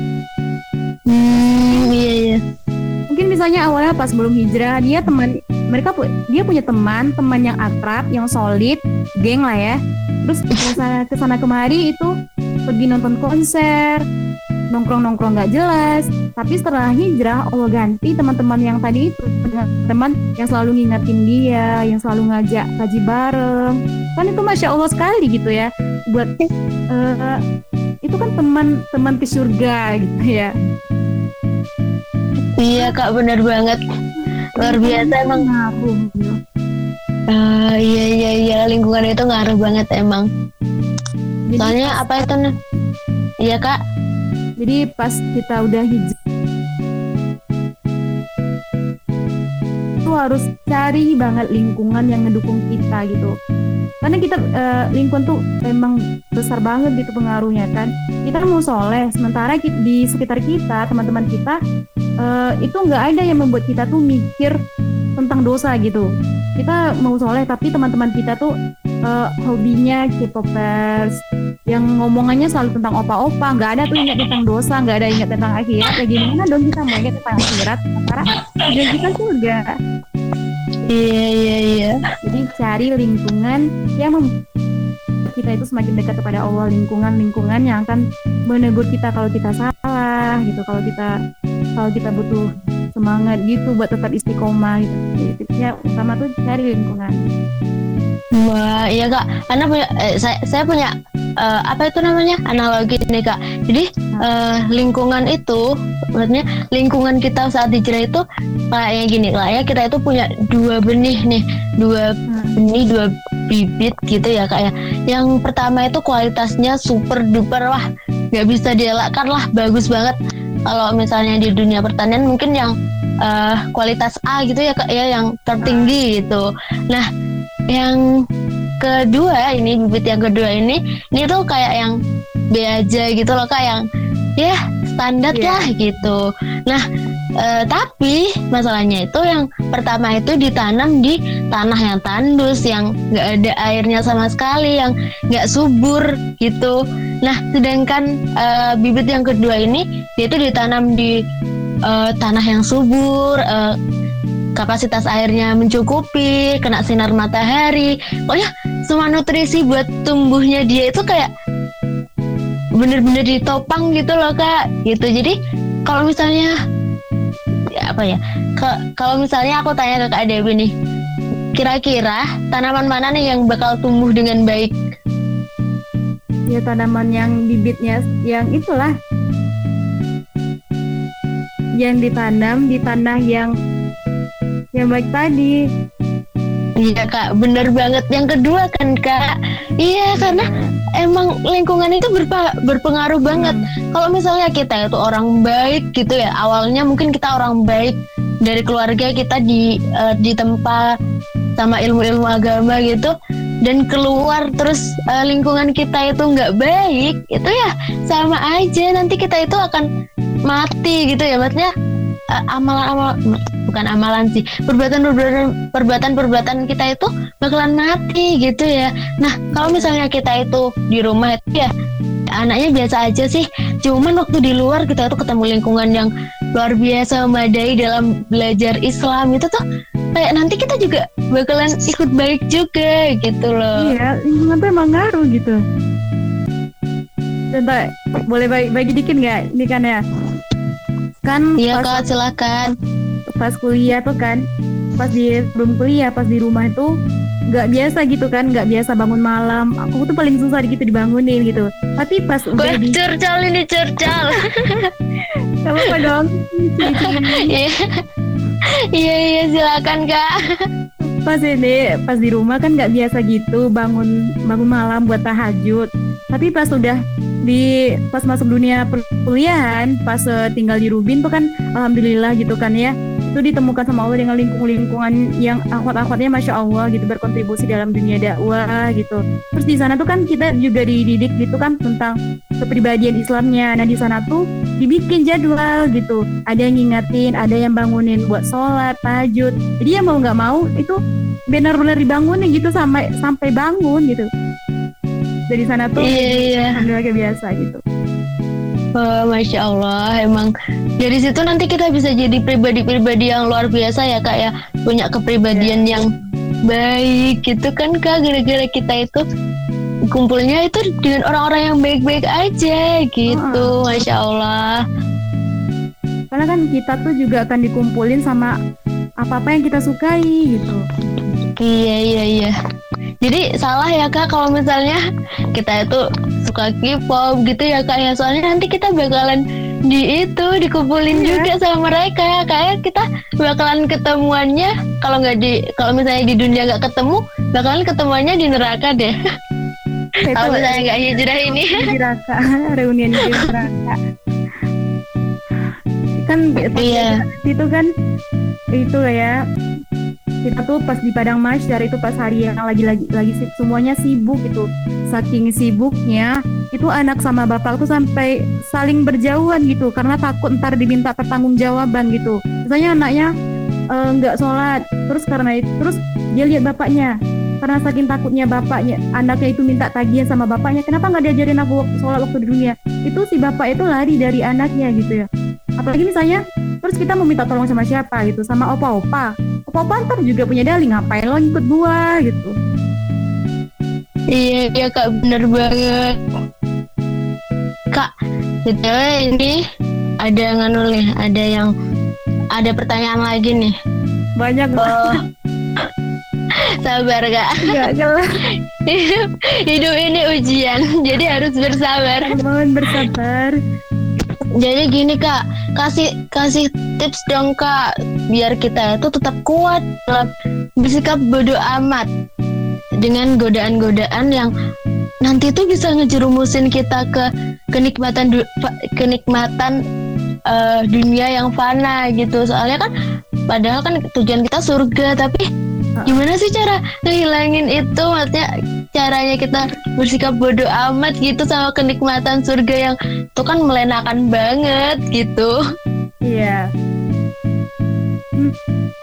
Hmm, iya iya. Mungkin misalnya awalnya pas belum hijrah, dia teman mereka pu- dia punya teman teman yang akrab, yang solid, geng lah ya. Terus kesana kesana kemari itu pergi nonton konser, nongkrong nongkrong nggak jelas. Tapi setelah hijrah, Allah ganti teman-teman yang tadi itu dengan teman yang selalu ngingetin dia, yang selalu ngajak kaji bareng. Kan itu masya Allah sekali gitu ya. Buat eh, itu kan teman-teman ke surga gitu ya. Iya Kak, bener banget. Luar biasa emang. Ngaruh gitu. Ah, iya iya iya, lingkungan itu ngaruh banget emang. Jadi Soalnya apa itu nih? Iya Kak. Jadi pas kita udah hijrah itu harus cari banget lingkungan yang ngedukung kita gitu. Karena kita eh, lingkungan tuh emang besar banget gitu pengaruhnya kan. Kita mau soleh, sementara ki- di sekitar kita, teman-teman kita eh, itu nggak ada yang membuat kita tuh mikir tentang dosa gitu. Kita mau soleh tapi teman-teman kita tuh eh, hobinya K-popers, yang ngomongannya selalu tentang opa-opa, nggak ada tuh ingat tentang dosa, nggak ada ingat tentang akhirat. Ya gimana dong kita mau ingat tentang akhirat sementara tujuan kita surga. Iya iya iya. Jadi cari lingkungan yang membuat kita itu semakin dekat kepada Allah, lingkungan-lingkungan yang akan menegur kita kalau kita salah gitu, kalau kita kalau kita butuh semangat gitu buat tetap istiqomah gitu. Jadi tipsnya utama tuh cari lingkungan. Wah, iya Kak. Karena punya, eh, saya, saya punya eh, apa itu namanya analogi nih Kak. Jadi eh, lingkungan itu, maksudnya lingkungan kita saat hijrah itu kayaknya gini lah ya, kita itu punya dua benih nih, dua Hmm. benih, dua bibit gitu ya Kak ya. Yang pertama itu kualitasnya super duper, wah nggak bisa dielakkan lah, bagus banget. Kalau misalnya di dunia pertanian mungkin yang eh, kualitas A gitu ya Kak ya, yang tertinggi gitu. Nah, yang kedua ini, bibit yang kedua ini, ini tuh kayak yang B aja gitu loh Kak, yang ya standar Iya. lah gitu. Nah, eh, tapi masalahnya itu yang pertama itu ditanam di tanah yang tandus, yang nggak ada airnya sama sekali, yang nggak subur gitu. Nah, sedangkan eh, bibit yang kedua ini dia itu ditanam di eh, tanah yang subur, eh, kapasitas airnya mencukupi, kena sinar matahari, pokoknya semua nutrisi buat tumbuhnya dia itu kayak bener-bener ditopang gitu loh Kak, gitu. Jadi kalau misalnya ya apa ya, ke- kalau misalnya aku tanya ke Kak Dewi nih, kira-kira tanaman mana nih yang bakal tumbuh dengan baik? Ya tanaman yang bibitnya yang itulah yang ditanam di tanah yang yang baik tadi. Iya Kak, bener banget. Yang kedua kan Kak, iya karena emang lingkungan itu berpa- berpengaruh banget. Hmm. Kalau misalnya kita itu orang baik gitu ya, awalnya mungkin kita orang baik dari keluarga kita di eh, ditempa sama ilmu-ilmu agama gitu, dan keluar terus eh, lingkungan kita itu nggak baik, itu ya sama aja nanti kita itu akan mati gitu ya, maksudnya eh, amalan-amalan bukan amalan sih, perbuatan-perbuatan perbuatan-perbuatan kita itu bakalan mati gitu ya. Nah kalau misalnya kita itu di rumah itu ya anaknya biasa aja sih, cuman waktu di luar kita tuh ketemu lingkungan yang luar biasa memadai dalam belajar Islam itu tuh kayak nanti kita juga bakalan ikut baik juga gitu loh. Iya, lingkungan tuh emang ngaruh gitu. Contoh, boleh bagi, bagi dikit nggak? Ini kan ya, kan Iya pas, Kak, silakan. pas kuliah tuh kan, pas di belum kuliah, pas di rumah itu nggak biasa gitu kan, nggak biasa bangun malam. Aku tuh paling susah gitu dibangunin gitu. Tapi pas udah di Curcal ini curcal. Gak apa-apa dong. Iya iya iya silakan Kak. Pas ini, pas di rumah kan nggak biasa gitu bangun bangun malam buat tahajud. Tapi pas udah di pas masuk dunia perkuliahan, pas uh, tinggal di Rubin tuh kan alhamdulillah gitu kan ya, itu ditemukan sama Allah dengan lingkung-lingkungan yang akhwat-akhwatnya masya Allah gitu, berkontribusi dalam dunia dakwah gitu. Terus di sana tuh kan kita juga dididik gitu kan tentang kepribadian Islamnya. Nah di sana tuh dibikin jadwal gitu, ada yang ngingetin, ada yang bangunin buat sholat tahajud. Jadi ya mau nggak mau itu benar-benar dibangunin gitu sampai sampai bangun gitu. Dari sana tuh Iya iya. alhamdulillah kayak biasa gitu. Oh, Masya Allah, emang dari situ nanti kita bisa jadi pribadi-pribadi yang luar biasa ya Kak ya, punya kepribadian yang baik gitu kan Kak, gara-gara kita itu kumpulnya itu dengan orang-orang yang baik-baik aja gitu. Oh. Masya Allah. Karena kan kita tuh juga akan dikumpulin sama apa-apa yang kita sukai gitu. Iya iya iya. Jadi salah ya Kak kalau misalnya kita itu suka K-pop gitu ya Kak ya, soalnya nanti kita bakalan di itu dikumpulin Iya. juga sama mereka ya kayak kita bakalan ketemuannya kalau nggak di kalau misalnya di dunia nggak ketemu bakalan ketemuannya di neraka deh. Kalau misalnya nggak hijrah ini. di neraka, reunian di neraka. Kan Iya. itu kan itu ya, kita tuh pas di padang mahsyar itu pas hari yang lagi lagi lagi sib- semuanya sibuk gitu, saking sibuknya itu anak sama bapak tuh sampai saling berjauhan gitu karena takut ntar diminta pertanggungjawaban gitu. Misalnya anaknya eh, nggak sholat, terus karena itu terus dia lihat bapaknya, karena saking takutnya bapaknya anaknya itu minta tagihan sama bapaknya, kenapa nggak diajarin aku waktu sholat waktu di dunia, itu si bapak itu lari dari anaknya gitu ya. Apalagi misalnya terus kita mau minta tolong sama siapa gitu, sama opa-opa, opa-opa ntar juga punya dalih, ngapain lo ngikut gua gitu. Iya iya Kak, bener banget Kak. B T W ini ada nganu nih, ada yang ada pertanyaan lagi nih. Banyak Oh, sabar Kak. nggak kelar. Hidup, hidup ini ujian, jadi harus bersabar. Mohon bersabar. Jadi gini Kak, kasih kasih tips dong Kak, biar kita itu tetap kuat dalam bersikap bodo amat dengan godaan-godaan yang nanti tuh bisa ngejerumusin kita ke kenikmatan du- fa- kenikmatan eh, dunia yang fana gitu. Soalnya kan padahal kan tujuan kita surga, tapi gimana sih cara ngehilangin itu, maksudnya caranya kita bersikap bodo amat gitu sama kenikmatan surga yang itu kan melenakan banget gitu. Iya. Hmm.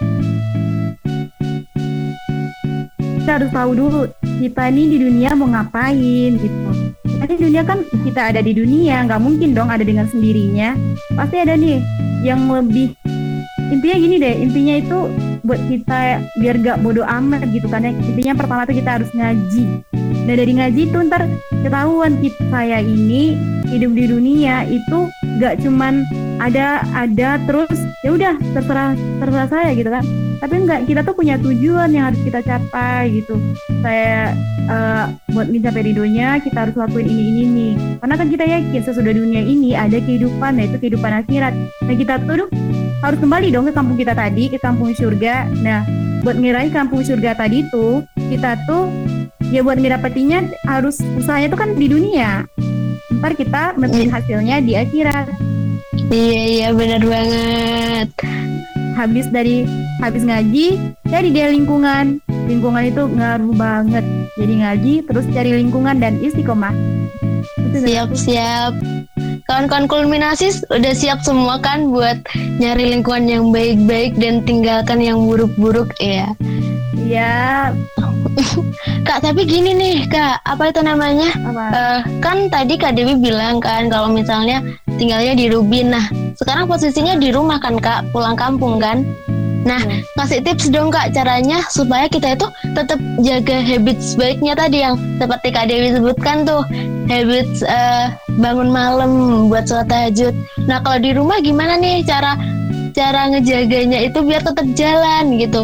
Kita harus tahu dulu kita ini di dunia mau ngapain gitu. Nanti dunia kan kita ada di dunia, nggak mungkin dong ada dengan sendirinya. Pasti ada nih yang lebih. Intinya gini deh, intinya itu buat kita biar gak bodo amat gitu kan ya. Intinya pertama tuh kita harus ngaji. Nah dari ngaji itu ntar ketahuan kita saya ini hidup di dunia itu gak cuman ada ada terus ya udah terserah terserah saya gitu kan. Tapi enggak, kita tuh punya tujuan yang harus kita capai gitu. Saya uh, buat mencapai ridhonya kita harus lakuin ini ini nih. Karena kan kita yakin sesudah dunia ini ada kehidupan, yaitu kehidupan akhirat. Nah kita tuh harus kembali dong ke kampung kita tadi, ke kampung surga. Nah buat ngirain kampung surga tadi tuh kita tuh ya buat ngedapatinya harus usahanya tuh kan di dunia. Ntar kita memetik hasilnya di akhirat. Iya iya benar banget. Habis dari habis ngaji dari dia lingkungan lingkungan itu ngaruh banget, jadi ngaji terus cari lingkungan dan istiqomah. Itu Siap siap kawan-kawan kulminasi udah siap semua kan buat nyari lingkungan yang baik-baik dan tinggalkan yang buruk-buruk ya. Iya. Kak, tapi gini nih Kak, apa itu namanya? Apa? Uh, kan tadi Kak Dewi bilang kan kalau misalnya tinggalnya di Rubin. Nah, sekarang posisinya di rumah kan Kak, pulang kampung kan? Nah, Ya. kasih tips dong Kak caranya supaya kita itu tetap jaga habits baiknya tadi yang seperti Kak Dewi sebutkan tuh, habits uh, bangun malam buat sholat tahajud. Nah, kalau di rumah gimana nih cara cara ngejaganya itu biar tetap jalan gitu?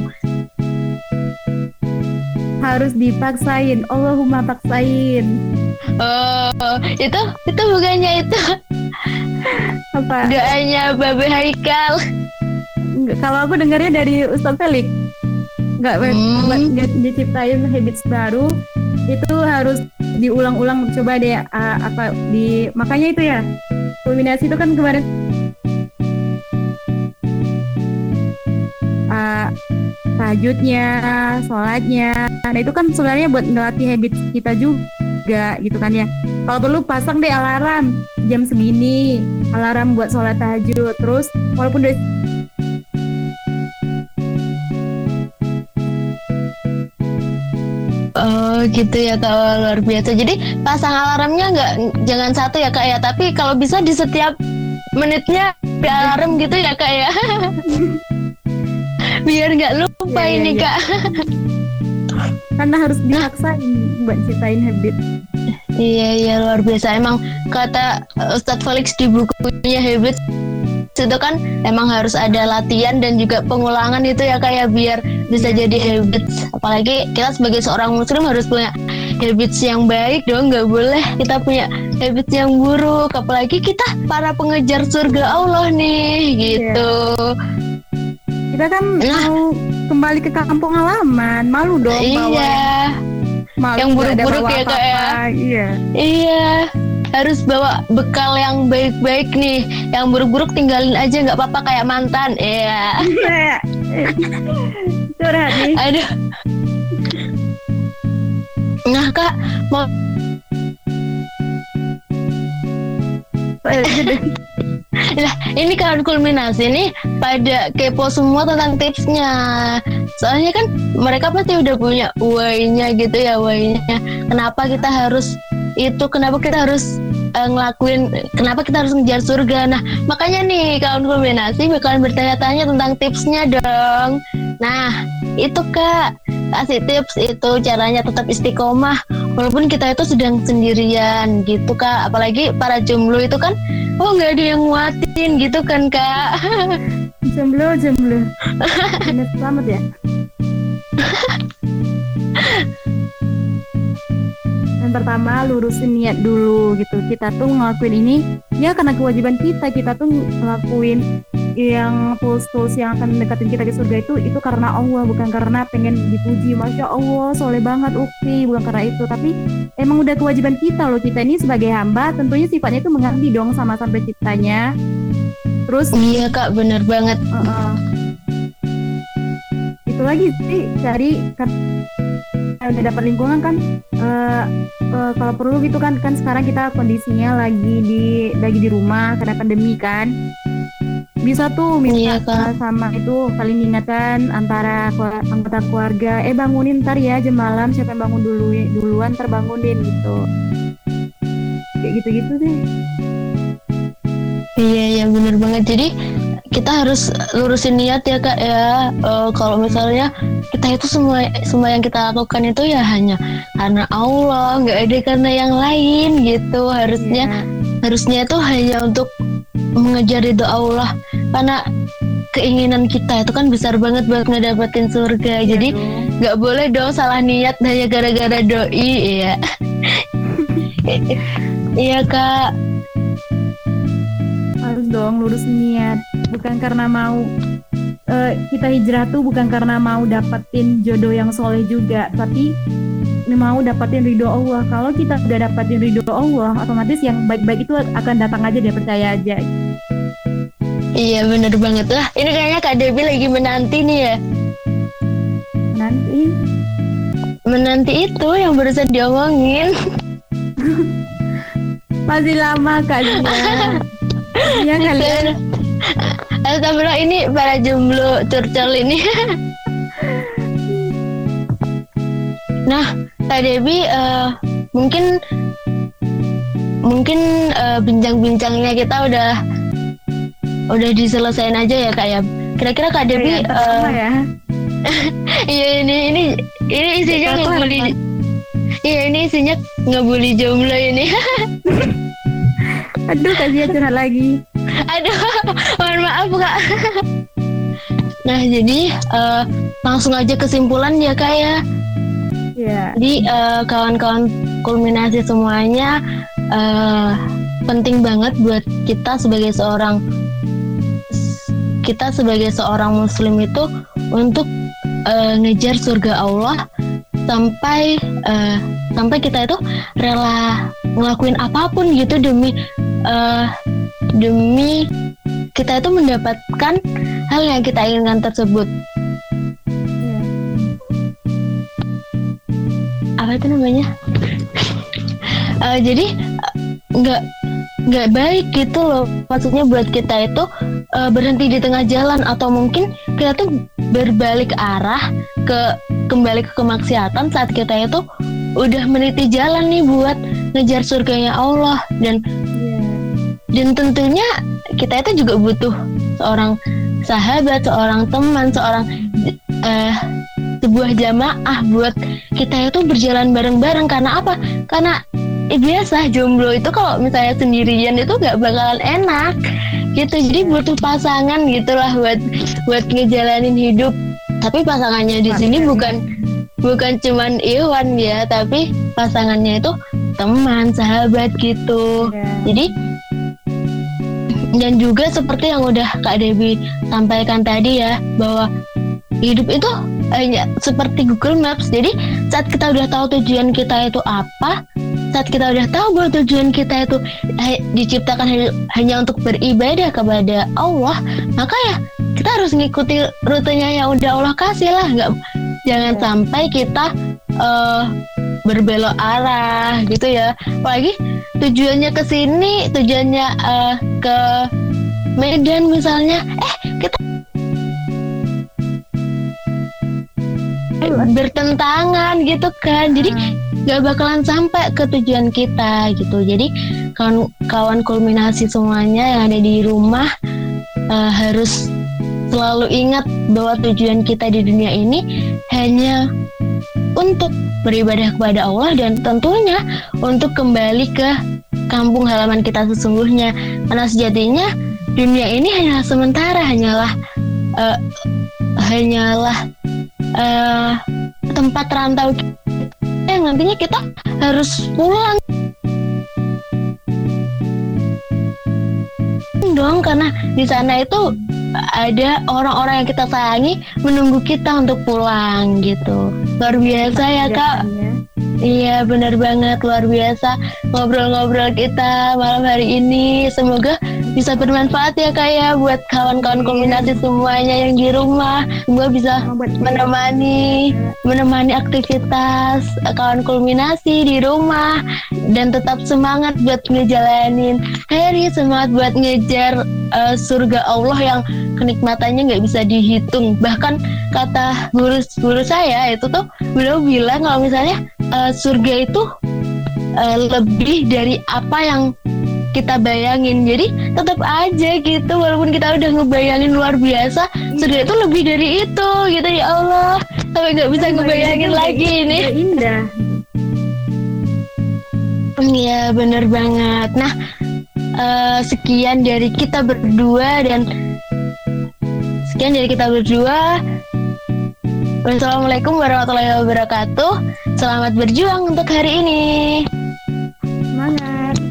Harus dipaksain, Allahumma paksain. Oh, itu itu bukannya itu Apa? doanya Babe Haikal. Nggak, kalau aku dengarnya dari Ustadz Felix, nggak Hmm. buat di- diciptain habits baru itu harus diulang-ulang. Coba deh uh, apa di makanya itu ya kulminasi itu kan kemarin uh, tahajudnya, sholatnya. Nah itu kan sebenarnya buat ngelatih habit kita juga gitu kan ya. Kalau perlu pasang deh alarm jam segini, alarm buat sholat tahajud. Terus walaupun udah Oh gitu ya Kak, wah, luar biasa. Jadi pasang alarmnya nggak jangan satu ya Kak ya, tapi kalau bisa di setiap menitnya di alarm gitu ya Kak ya. Biar nggak lupa Iya, iya, ini iya. Kak. karena harus dipaksain buat ciptain habit. Iya iya luar biasa. Emang kata uh, Ustadz Felix di bukunya Habits itu kan emang harus ada latihan dan juga pengulangan itu ya kayak biar bisa jadi habits. Apalagi kita sebagai seorang muslim harus punya habits yang baik dong, nggak boleh kita punya habits yang buruk. Apalagi kita para pengejar surga Allah nih gitu. Kita kan Nah. mau kembali ke kampung halaman, malu dong bawa Iya malu yang nggak ada buruk-buruk bawa ya, Kak, apa-apa. ya. Iya. iya harus bawa bekal yang baik-baik nih. Yang buruk-buruk tinggalin aja, nggak apa-apa kayak mantan. Iya. Curhat nih. Aduh. Nah Kak, mau Nah, ini kan kulminasi nih pada kepo semua tentang tipsnya. Soalnya kan mereka pasti udah punya why-nya gitu ya, why-nya. Kenapa kita harus itu, kenapa kita harus uh, ngelakuin, kenapa kita harus ngejar surga. Nah, makanya nih kawan kulminasi bakalan bertanya-tanya tentang tipsnya dong. Nah, itu Kak, kasih tips itu caranya tetap istiqomah walaupun kita itu sedang sendirian gitu Kak. Apalagi para jomblo itu kan, oh nggak ada yang nguatin gitu kan Kak. Jomblo, jomblo. Bener selamat ya. Yang pertama lurusin niat dulu gitu. Kita tuh ngelakuin ini ya karena kewajiban kita. Kita tuh ngelakuin yang tools-tools yang akan mendekatin kita ke surga itu itu karena Allah, bukan karena pengen dipuji. Masya Allah, soleh banget Ukti, bukan karena itu. Tapi emang udah kewajiban kita loh. Kita ini sebagai hamba tentunya sifatnya itu mengabdi dong sama sampai ciptanya. Terus Iya Kak, bener banget. Uh-uh. Itu lagi sih cari kan udah dapat lingkungan kan uh, uh, kalau perlu gitu kan kan sekarang kita kondisinya lagi di lagi di rumah karena pandemi kan, bisa tuh minta Iya, Kak. sama itu saling diingatkan antara kelu- anggota keluarga, eh bangunin ntar ya jam malam, siapa yang bangun dulu duluan terbangunin gitu, kayak gitu-gitu deh. Iya iya bener banget. Jadi kita harus lurusin niat ya Kak ya. Eh, kalau misalnya kita itu semua semua yang kita lakukan itu ya hanya karena Allah, nggak ada karena yang lain gitu. Harusnya Ya. harusnya itu hanya untuk mengejar ridho Allah, karena keinginan kita itu kan besar banget buat ngedapetin surga. Iya Jadi dong. nggak boleh dong salah niat hanya gara-gara doi ya. Iya Kak. Harus dong lurus niat, bukan karena mau eh, kita hijrah tuh bukan karena mau dapetin jodoh yang soleh juga, tapi mau dapetin ridho Allah. Kalau kita udah dapetin ridho Allah, otomatis yang baik-baik itu akan datang aja, dia percaya aja. Iya bener banget lah. Ini kayaknya Kak Debbie lagi menanti nih ya. Nanti Menanti itu yang barusan diomongin. Masih lama Kak Zia. Iya kalian. Astagfirullah, ini para jomblo curcol ini. Nah, Kak Debbie, uh, mungkin mungkin uh, bincang-bincangnya kita udah udah diselesain aja ya Kak ya. Kira-kira Kak Debbie, uh, ya. Iya ini ini ini isinya ngebully. Iya ini isinya ngebully jomblo ini. Aduh Kak Zia curhat lagi. Aduh, mohon maaf Kak. Nah jadi uh, langsung aja kesimpulan ya Kak ya. Yeah. Jadi uh, kawan-kawan kulminasi semuanya uh, penting banget buat kita sebagai seorang kita sebagai seorang muslim itu untuk uh, ngejar surga Allah sampai uh, sampai kita itu rela ngelakuin apapun gitu demi uh, demi kita itu mendapatkan hal yang kita inginkan tersebut. Yeah. Apa itu namanya? uh, jadi nggak nggak baik gitu loh, maksudnya buat kita itu uh, berhenti di tengah jalan atau mungkin kita tuh berbalik arah ke kembali ke kemaksiatan saat kita itu udah meniti jalan nih buat ngejar surganya Allah. Dan yeah. dan tentunya kita itu juga butuh seorang sahabat, seorang teman, seorang uh, sebuah jamaah buat kita itu berjalan bareng-bareng. Karena apa? Karena eh, biasa jomblo itu kalau misalnya sendirian itu nggak bakalan enak gitu. Jadi butuh pasangan gitulah buat buat ngejalanin hidup. Tapi pasangannya di sini bukan bukan cuman Iwan ya, tapi pasangannya itu teman, sahabat gitu. Yeah. Jadi dan juga seperti yang udah Kak Debbie sampaikan tadi ya, bahwa hidup itu hanya seperti Google Maps. Jadi saat kita udah tahu tujuan kita itu apa, saat kita udah tahu bahwa tujuan kita itu diciptakan hanya untuk beribadah kepada Allah, maka ya kita harus ngikuti rutenya yang udah Allah kasih lah. Nggak, jangan sampai kita uh, berbelok arah gitu ya. Apalagi tujuannya ke sini, tujuannya uh, ke Medan misalnya, eh kita bertentangan gitu kan. Jadi nggak bakalan sampai ke tujuan kita gitu. Jadi kawan kawan kulminasi semuanya yang ada di rumah uh, harus selalu ingat bahwa tujuan kita di dunia ini hanya untuk beribadah kepada Allah dan tentunya untuk kembali ke kampung halaman kita sesungguhnya. Karena sejatinya dunia ini hanyalah sementara, hanyalah uh, hanyalah uh, tempat rantau kita yang nantinya kita harus pulang dong, karena di sana itu ada orang-orang yang kita sayangi menunggu kita untuk pulang gitu. Luar biasa ya Kak. Iya benar banget, luar biasa ngobrol-ngobrol kita malam hari ini. Semoga bisa bermanfaat ya Kak ya buat kawan-kawan kulminasi semuanya yang di rumah. Semoga bisa menemani menemani aktivitas kawan kulminasi di rumah dan tetap semangat buat ngejalanin hari, semangat buat ngejar uh, surga Allah yang kenikmatannya nggak bisa dihitung. Bahkan kata guru guru saya itu tuh beliau bilang kalau misalnya uh, surga itu uh, lebih dari apa yang kita bayangin. Jadi tetap aja gitu, walaupun kita udah ngebayangin luar biasa, surga itu lebih dari itu gitu. Ya Allah, sampai nggak bisa ngebayangin lagi ini. Indah. Iya bener banget. Nah uh, sekian dari kita berdua dan sekian dari kita berdua. Wassalamualaikum warahmatullahi wabarakatuh. Selamat berjuang untuk hari ini. Semangat.